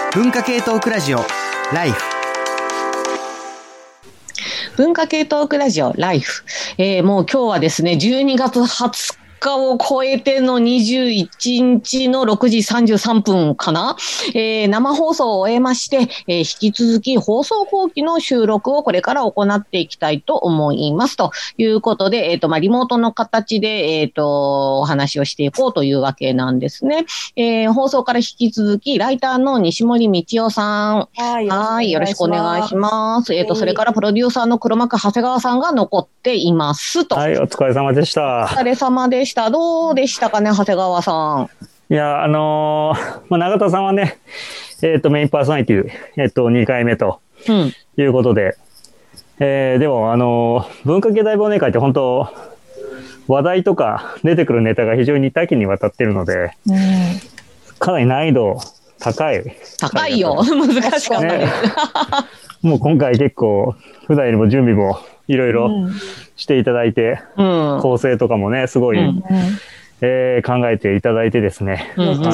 文化系トークラジオライフ。 文化系トークラジオライフ、もう今日はですね12月20日を超えての21日の6時33分かな、生放送を終えまして、引き続き放送後期の収録をこれから行っていきたいと思いますということで、リモートの形で、お話をしていこうというわけなんですね。放送から引き続きライターの西森道夫さん、はい、よろしくお願いします。それからプロデューサーの黒幕長谷川さんが残っていますと。 はい、お疲れ様でした。 お疲れ様でした。どうでしたかね、長谷川さん。いや、永田さんはね、メインパーソナリティ、2回目ということで、でも、文化系大忘年会って本当、話題とか出てくるネタが非常に多岐にわたってるので、かなり難易度高い。 高いよ。難しかったです。 もう今回結構、普段よりも準備もいろいろしていただいて、構成とかもね、すごい、考えていただいてですね、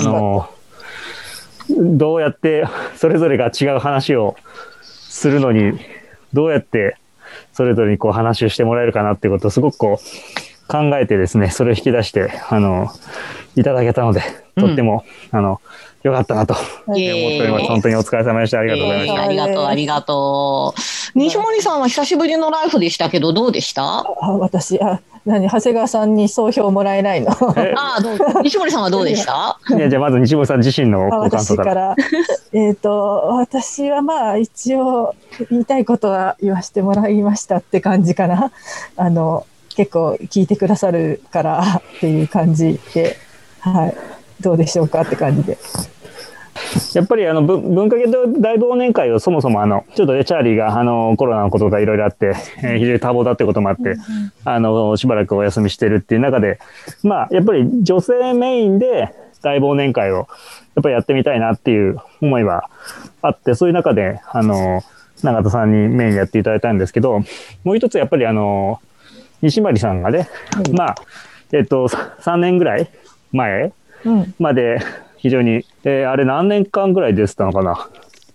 どうやってそれぞれが違う話をするのに、どうやってそれぞれにこう話をしてもらえるかなっていうことをすごくこう考えてですね、それを引き出して、いただけたので、とっても、よかったなと思っております。本当にお疲れ様でした。ありがとうございました。 ありがとう、ありがとう。西森さんは久しぶりのライフでしたけど、どうでした？ 私、長谷川さんに総評もらえないの？ 西森さんはどうでした？ いや、じゃあまず西森さん自身のご感想から。 私はまあ一応言いたいことは言わせてもらいましたって感じかな。結構聞いてくださるからっていう感じで、はい、どうでしょうかって感じで。 やっぱり文化系大忘年会をそもそもちょっとね、チャーリーがコロナのことがいろいろあって、非常に多忙だってこともあって、しばらくお休みしてるっていう中で、まあ、やっぱり女性メインで大忘年会をやっぱりやってみたいなっていう思いはあって、そういう中で、永田さんにメインでやっていただいたんですけど、もう一つやっぱり西森さんがね、まあ、3年ぐらい前まで、非常に、あれ何年間ぐらい出てたのかな。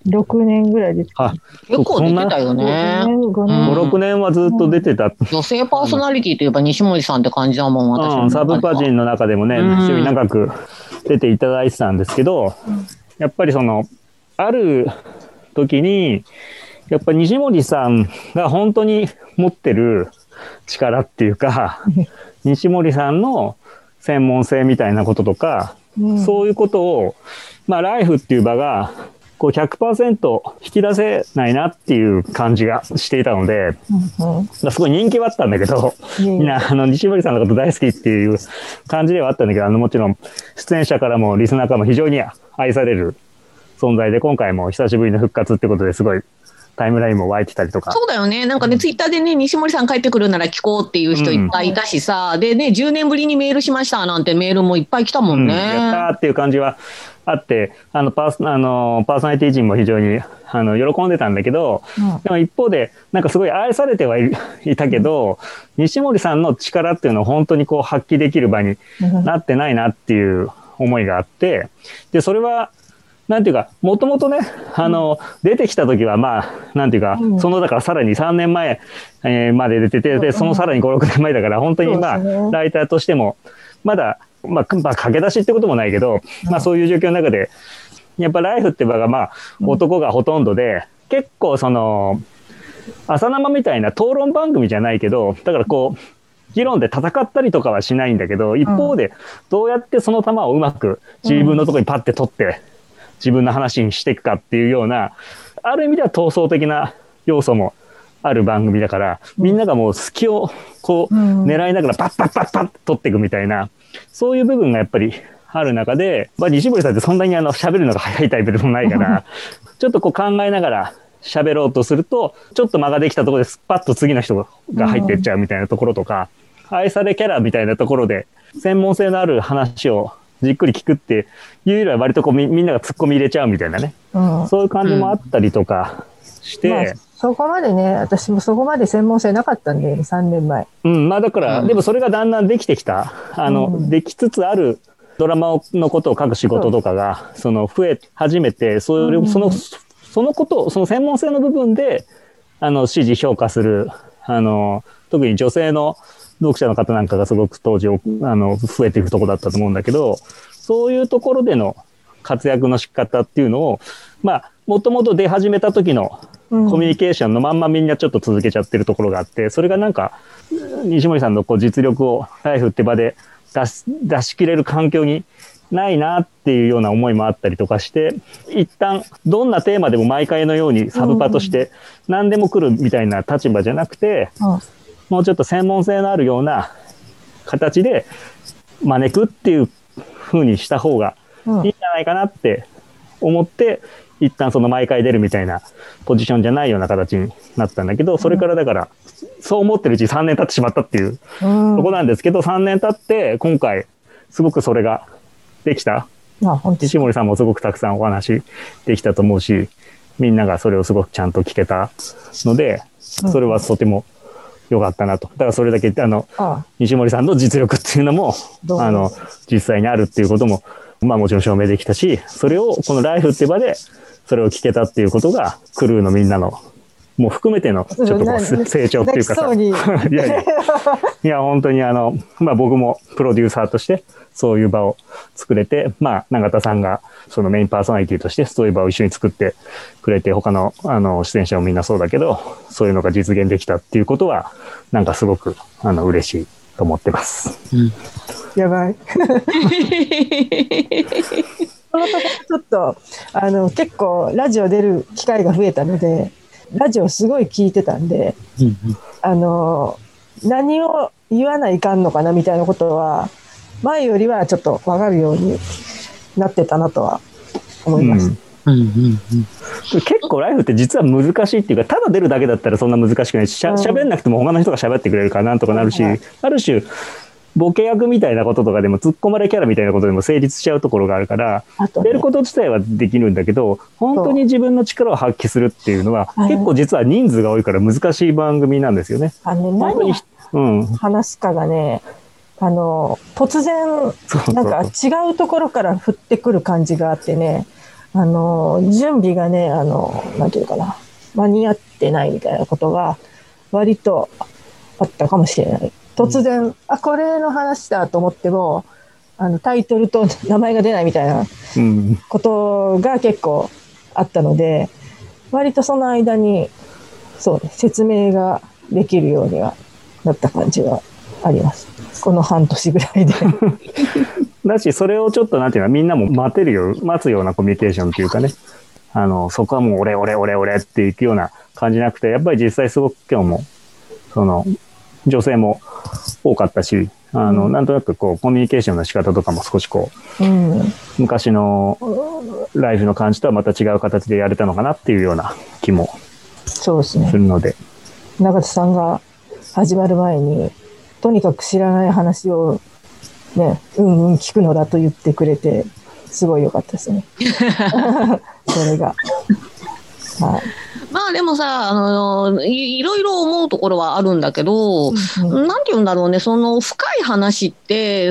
6年ぐらい出てた。 結構出てたよね。 5、6年はずっと出てた。 女性パーソナリティといえば西森さんって感じだもん、私。 サブパジンの中でもね、非常に長く出ていただいてたんですけど、やっぱりある時に、やっぱり西森さんが本当に持ってる力っていうか、西森さんの専門性みたいなこととか、そういうことを、まあ、ライフっていう場が、こう 100% 引き出せないなっていう感じがしていたので、すごい人気はあったんだけど、みんな、西森さんのこと大好きっていう感じではあったんだけど、もちろん、出演者からもリスナーからも非常に愛される存在で、今回も久しぶりの復活ってことですごい、タイムラインも湧いてたりとか。 そうだよね。なんかね、ツイッターでね、西森さん帰ってくるなら聞こうっていう人いっぱいいたしさ、でね、10年ぶりにメールしましたなんてメールもいっぱい来たもんね。 やったーっていう感じはあって、パーソナリティ陣も非常に、喜んでたんだけど、でも一方で、なんかすごい愛されてはいたけど、西森さんの力っていうのを本当にこう発揮できる場になってないなっていう思いがあって、で、それは、なんていうか、もともとね、出てきた時は、まあ、なんていうか、だからさらに3年前、まで出てて、で、そのさらに5、6年前だから、本当にまあ、ライターとしても、まだ、まあ、駆け出しってこともないけど、まあ、そういう状況の中で、やっぱライフって場が、まあ、男がほとんどで、結構朝生みたいな討論番組じゃないけど、だからこう、議論で戦ったりとかはしないんだけど、一方で、どうやってその球をうまく自分のところにパッて取って、自分の話にしていくかっていうような、ある意味では闘争的な要素もある番組だから、みんながもう隙をこう狙いながらパッパッパッパッと取っていくみたいな、そういう部分がやっぱりある中で、まあ、西森さんってそんなに喋るのが早いタイプでもないから、ちょっとこう考えながら喋ろうとすると、ちょっと間ができたところでスパッと次の人が入っていっちゃうみたいなところとか、愛されキャラみたいなところで、専門性のある話をじっくり聞くっていうよりは割とこうみんなが突っ込み入れちゃうみたいなね、そういう感じもあったりとかして、 まあ、そこまでね、私もそこまで専門性なかったんで、3年前。 まあだから、でもそれがだんだんできてきた、できつつあるドラマのことを書く仕事とかが、増え始めて、そのことを、その専門性の部分で、支持評価する、特に女性の読者の方なんかがすごく当時、増えていくところだったと思うんだけど、そういうところでの活躍の仕方っていうのを、もともと出始めた時のコミュニケーションのまんまみんなちょっと続けちゃってるところがあって、それがなんか、西森さんの実力をライフって場で出し切れる環境にないなっていうような思いもあったりとかして、一旦どんなテーマでも毎回のようにサブパとして何でも来るみたいな立場じゃなくて、もうちょっと専門性のあるような形で招くっていう風にした方がいいんじゃないかなって思って、一旦毎回出るみたいなポジションじゃないような形になったんだけど、それからだから、そう思ってるうちに3年経ってしまったっていうとこなんですけど、3年経って今回すごくそれができた。西森さんもすごくたくさんお話できたと思うし、みんながそれをすごくちゃんと聞けたので、それはとても良かったなと。だからそれだけ西森さんの実力っていうのも実際にあるっていうことももちろん証明できたし、それをこのライフっていう場でそれを聞けたっていうことがクルーのみんなのもう含めてのちょっと成長っていうかさ、いや本当に僕もプロデューサーとしてそういう場を作れて、永田さんがそのメインパーソナリティとしてそういう場を一緒に作ってくれて、他の出演者もみんなそうだけど、そういうのが実現できたっていうことはなんかすごく嬉しいと思ってます。 やばい。その時ちょっと結構ラジオ出る機会が増えたので、ラジオすごい聞いてたんで、何を言わないかんのかなみたいなことは前よりはちょっと分かるようになってたなとは思います。 結構ライフって実は難しいっていうか、ただ出るだけだったらそんな難しくないし、喋んなくても他の人が喋ってくれるからなんとかなるし、ある種ボケ役みたいなこととかでも突っ込まれキャラみたいなことでも成立しちゃうところがあるから、出ること自体はできるんだけど、本当に自分の力を発揮するっていうのは結構実は人数が多いから難しい番組なんですよね。 何話すかがね、突然なんか違うところから降ってくる感じがあってね、準備がね、なんていうかな、間に合ってないみたいなことが割とあったかもしれない。突然、これの話だと思っても、タイトルと名前が出ないみたいなことが結構あったので、割とその間に、そうね、説明ができるようにはなった感じはあります。この半年ぐらいで。 だし、それをちょっとなんていうの、みんなも待つようなコミュニケーションっていうかね、そこはもう俺っていくような感じなくて、やっぱり実際すごく今日も、女性も多かったし、なんとなくコミュニケーションの仕方とかも少し昔のライフの感じとはまた違う形でやれたのかなっていうような気もするので。 永田さんが始まる前に、とにかく知らない話をね、聞くのだと言ってくれて、すごい良かったですね。それが。はい。 でもさ、いろいろ思うところはあるんだけど、なんて言うんだろうね、その深い話って、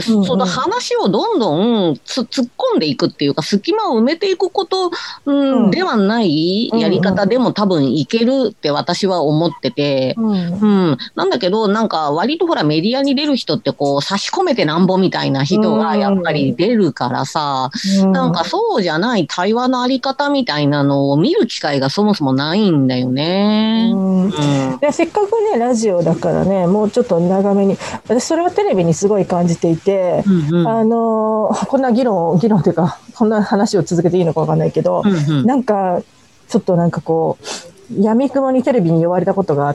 その話をどんどん突っ込んでいくっていうか、隙間を埋めていくこと、ではないやり方でも多分いけるって私は思ってて、なんだけど、なんか割とほらメディアに出る人って差し込めてなんぼみたいな人がやっぱり出るからさ、なんかそうじゃない対話のあり方みたいなのを見る機会がそもそもないんだよね。 せっかくねラジオだからね、もうちょっと長めに、私それはテレビにすごい感じていて、こんな議論というかこんな話を続けていいのか分かんないけど、なんかちょっとなんか闇雲にテレビに呼ばれたことがあって、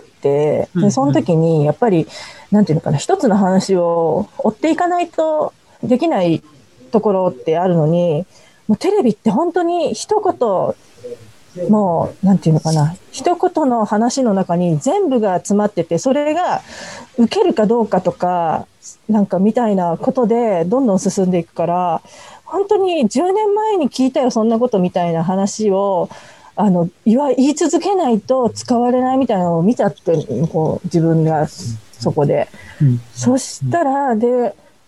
でその時にやっぱりなんていうのかな、一つの話を追っていかないとできないところってあるのに、もうテレビって本当に一言、もうなんていうのかな、一言の話の中に全部が詰まってて、それが受けるかどうかとかなんかみたいなことでどんどん進んでいくから、本当に10年前に聞いたよそんなことみたいな話を言い続けないと使われないみたいなのを見ちゃって、自分がそこで、そしたらで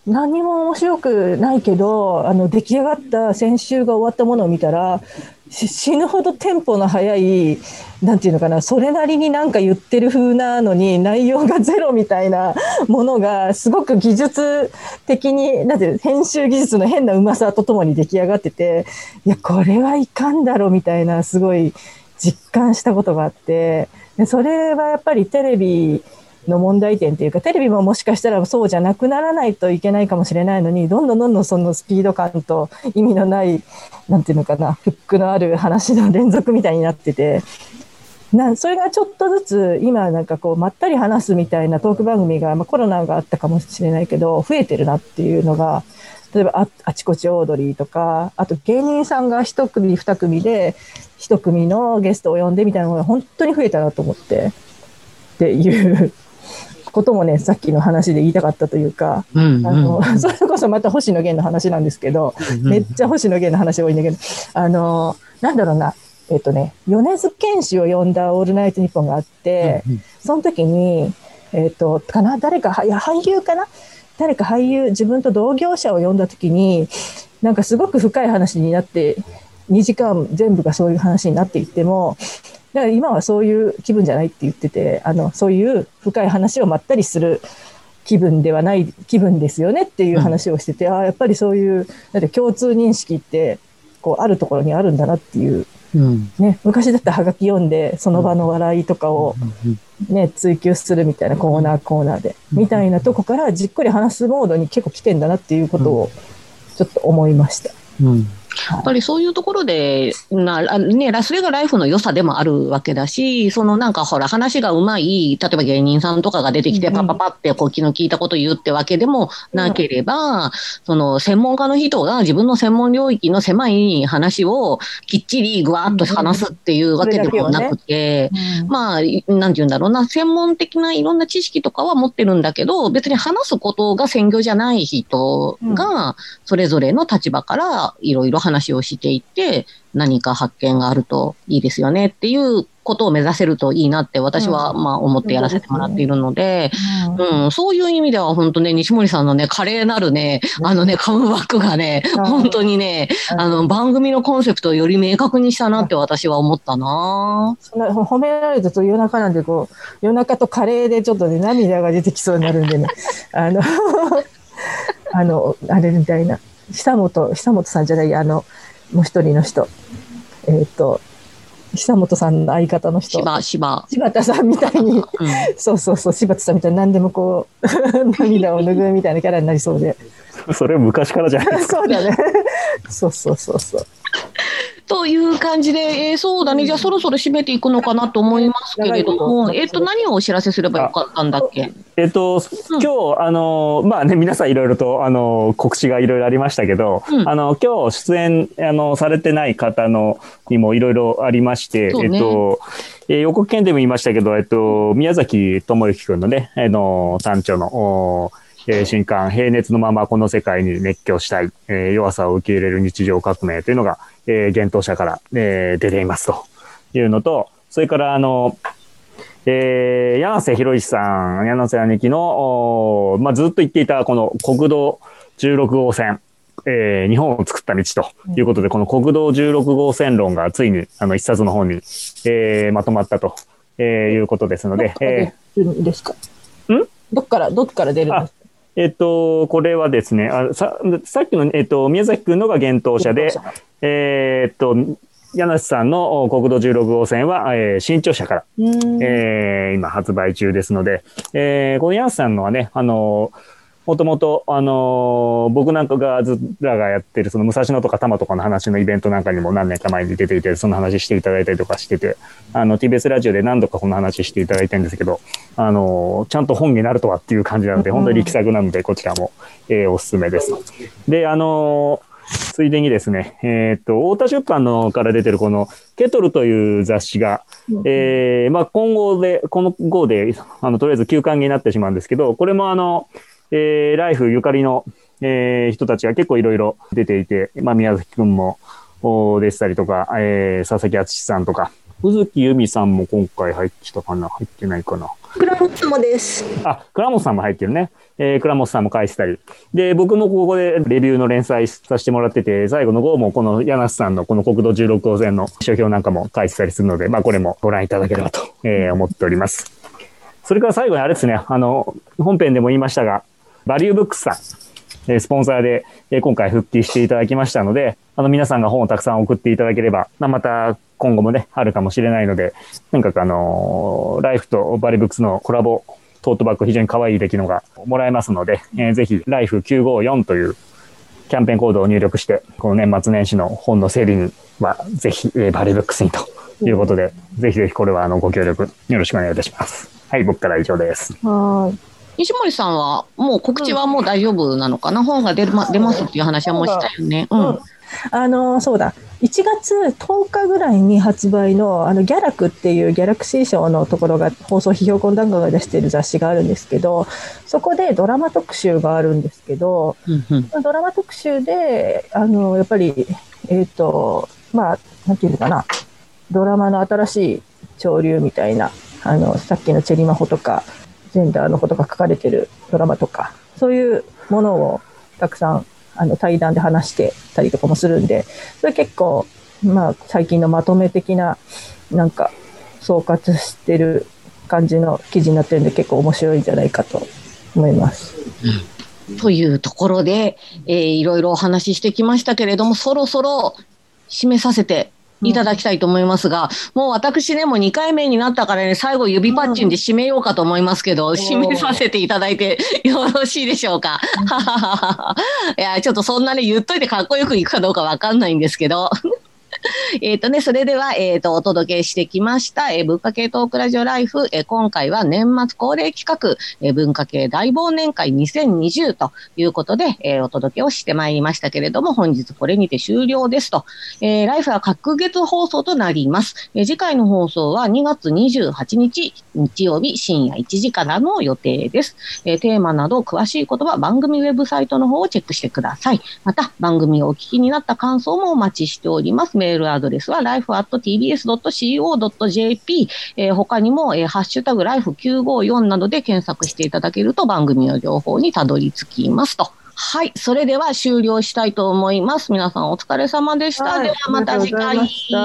何も面白くないけど、出来上がった先週が終わったものを見たら、死ぬほどテンポの速い、なんていうのかな、それなりになんか言ってる風なのに内容がゼロみたいなものがすごく技術的に、なんていう、編集技術の変なうまさとともに出来上がってて、いや、これはいかんだろみたいな、すごい実感したことがあって、でそれはやっぱりテレビの問題点っていうか、テレビももしかしたらそうじゃなくならないといけないかもしれないのに、どんどんそのスピード感と意味のない、なんていうのかな、フックのある話の連続みたいになってて、それがちょっとずつ今なんかこうまったり話すみたいなトーク番組が、コロナがあったかもしれないけど増えてるなっていうのが、例えばあちこちオードリーとか、あと芸人さんが一組二組で一組のゲストを呼んでみたいなのが本当に増えたなと思ってっていうこともね、さっきの話で言いたかったというか、それこそまた星野源の話なんですけど、めっちゃ星野源の話多いんだけど、なんだろうな、米津玄師を呼んだオールナイトニッポンがあって、その時に、誰か俳優かな、誰か俳優、自分と同業者を呼んだ時に、なんかすごく深い話になって、2時間全部がそういう話になっていっても、だから今はそういう気分じゃないって言ってて、そういう深い話をまったりする気分ではない気分ですよねっていう話をしてて、やっぱりそういう、だって共通認識って、こう、あるところにあるんだなっていう、ね、昔だったらハガキ読んで、その場の笑いとかを、ね、追求するみたいなコーナーで、みたいなとこからじっくり話すモードに結構来てんだなっていうことを、ちょっと思いました。 やっぱりそういうところで、それがライフの良さでもあるわけだし、なんかほら話がうまい、例えば芸人さんとかが出てきてパパパってこう気の利いたこと言うってわけでもなければ、専門家の人が自分の専門領域の狭い話をきっちりぐわっと話すっていうわけでもなくて、なんて言うんだろうな、専門的ないろんな知識とかは持ってるんだけど、別に話すことが専業じゃない人が、それぞれの立場からいろいろ話をしていって、何か発見があるといいですよねっていうことを目指せるといいなって私は思ってやらせてもらっているので、そういう意味では本当ね、西森さんのね、華麗なるね、カムバックがね、本当にね、番組のコンセプトをより明確にしたなって私は思ったな。 そんな褒められると夜中なんでこう、夜中とカレーでちょっとね、涙が出てきそうになるんでね、あれみたいな。久本さんじゃない、もう一人の人。久本さんの相方の人。柴田さんみたいに、そうそうそう、柴田さんみたいに何でもこう、涙を拭うみたいなキャラになりそうで。 それは昔からじゃないですか。 そうだね。そう。 という感じで、そうだね。じゃあそろそろ締めていくのかなと思いますけれども、何をお知らせすればよかったんだっけ？ 今日、皆さんいろいろと、告知がいろいろありましたけど、今日出演、されてない方にもいろいろありまして、予告編でも言いましたけど、宮崎智之くんのね、短調の、新刊、平熱のままこの世界に熱狂したい、弱さを受け入れる日常革命というのが、幻冬舎から、出ていますというのと、それから、柳瀬博一さん、柳瀬兄貴の、ずっと言っていたこの国道16号線、日本を作った道ということで、この国道16号線論がついに一冊の本に、まとまったと、いうことですので、 どっから出るんですか？ これはですね、さっきの、宮崎くんのが幻冬舎で、柳瀬さんの国道16号線は、新潮社から、今発売中ですので、この柳瀬さんのはね、もともと、僕なんかがやってる、その武蔵野とか多摩とかの話のイベントなんかにも何年か前に出ていて、その話していただいたりとかしてて、TBS ラジオで何度かこの話していただいてるんですけど、ちゃんと本になるとはっていう感じなので、本当に力作なので、こちらも、おすすめです。で、ついでにですね、太田出版から出てるこのケトルという雑誌が、この号で、とりあえず休刊になってしまうんですけど、これもライフゆかりの、人たちが結構いろいろ出ていて、宮崎くんも、でしたりとか、佐々木敦さんとか、 宇月由美さんも今回入ってきたかな、入ってないかな。 倉本もです。 あ、倉本さんも入ってるね。倉本さんも書いてたり。で、僕もここでレビューの連載させてもらってて、最後の号もこの柳瀬さんのこの国道16号線の書評なんかも書いてたりするので、まあこれもご覧いただければと、思っております。それから最後にあれですね、本編でも言いましたが、バリューブックスさん、スポンサーで、今回復帰していただきましたので、皆さんが本をたくさん送っていただければ、また今後もね、あるかもしれないので、とにかくライフとバリブックスのコラボトートバッグ非常に可愛い出来のがもらえますので、ぜひ、ライフ954というキャンペーンコードを入力して、この年末年始の本の整理には、ぜひ、バリブックスにということで、ぜひぜひこれはご協力よろしくお願いいたします。はい、僕から以上です。 はい。 西森さんはもう告知はもう大丈夫なのかな、本が出ますっていう話はもうしたよね。 そうだ。1月10日ぐらいに発売のギャラクっていうギャラクシー賞のところが放送批評懇談会が出している雑誌があるんですけど、そこでドラマ特集があるんですけど、ドラマ特集でやっぱりなんていうのかな、ドラマの新しい潮流みたいなさっきのチェリマホとかジェンダーのことが書かれてるドラマとか、そういうものをたくさん対談で話してたりとかもするんで、それ結構最近のまとめ的ななんか総括してる感じの記事になってるんで、結構面白いんじゃないかと思います。 というところで、いろいろお話ししてきましたけれども、そろそろ締めさせていただきたいと思いますが、もう私ね、もう2回目になったからね、最後指パッチンで締めようかと思いますけど、締めさせていただいてよろしいでしょうか。いや、ちょっとそんなね、言っといてかっこよくいくかどうかわかんないんですけど。それでは、お届けしてきました、文化系トークラジオライフ、今回は年末恒例企画、文化系大忘年会2020ということで、お届けをしてまいりましたけれども、本日これにて終了ですと。ライフは隔月放送となります。次回の放送は2月28日日曜日深夜1時からの予定です。テーマなど詳しいことは番組ウェブサイトの方をチェックしてください。また番組をお聞きになった感想もお待ちしております。メールアドレスは life@tbs.co.jp、他にも、ハッシュタグ life954 などで検索していただけると番組の情報にたどり着きますと。はい。それでは終了したいと思います。皆さんお疲れ様でした。はい、ではまた次回。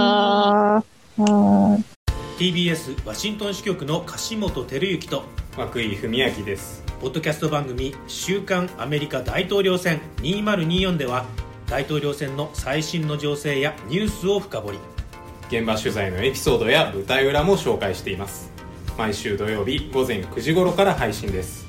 TBS ワシントン支局の樫本照之と涌井文明です。 ポッドキャスト番組週刊アメリカ大統領選2024では大統領選の最新の情勢やニュースを深掘り、 現場取材のエピソードや舞台裏も紹介しています。毎週土曜日午前9時頃から配信です。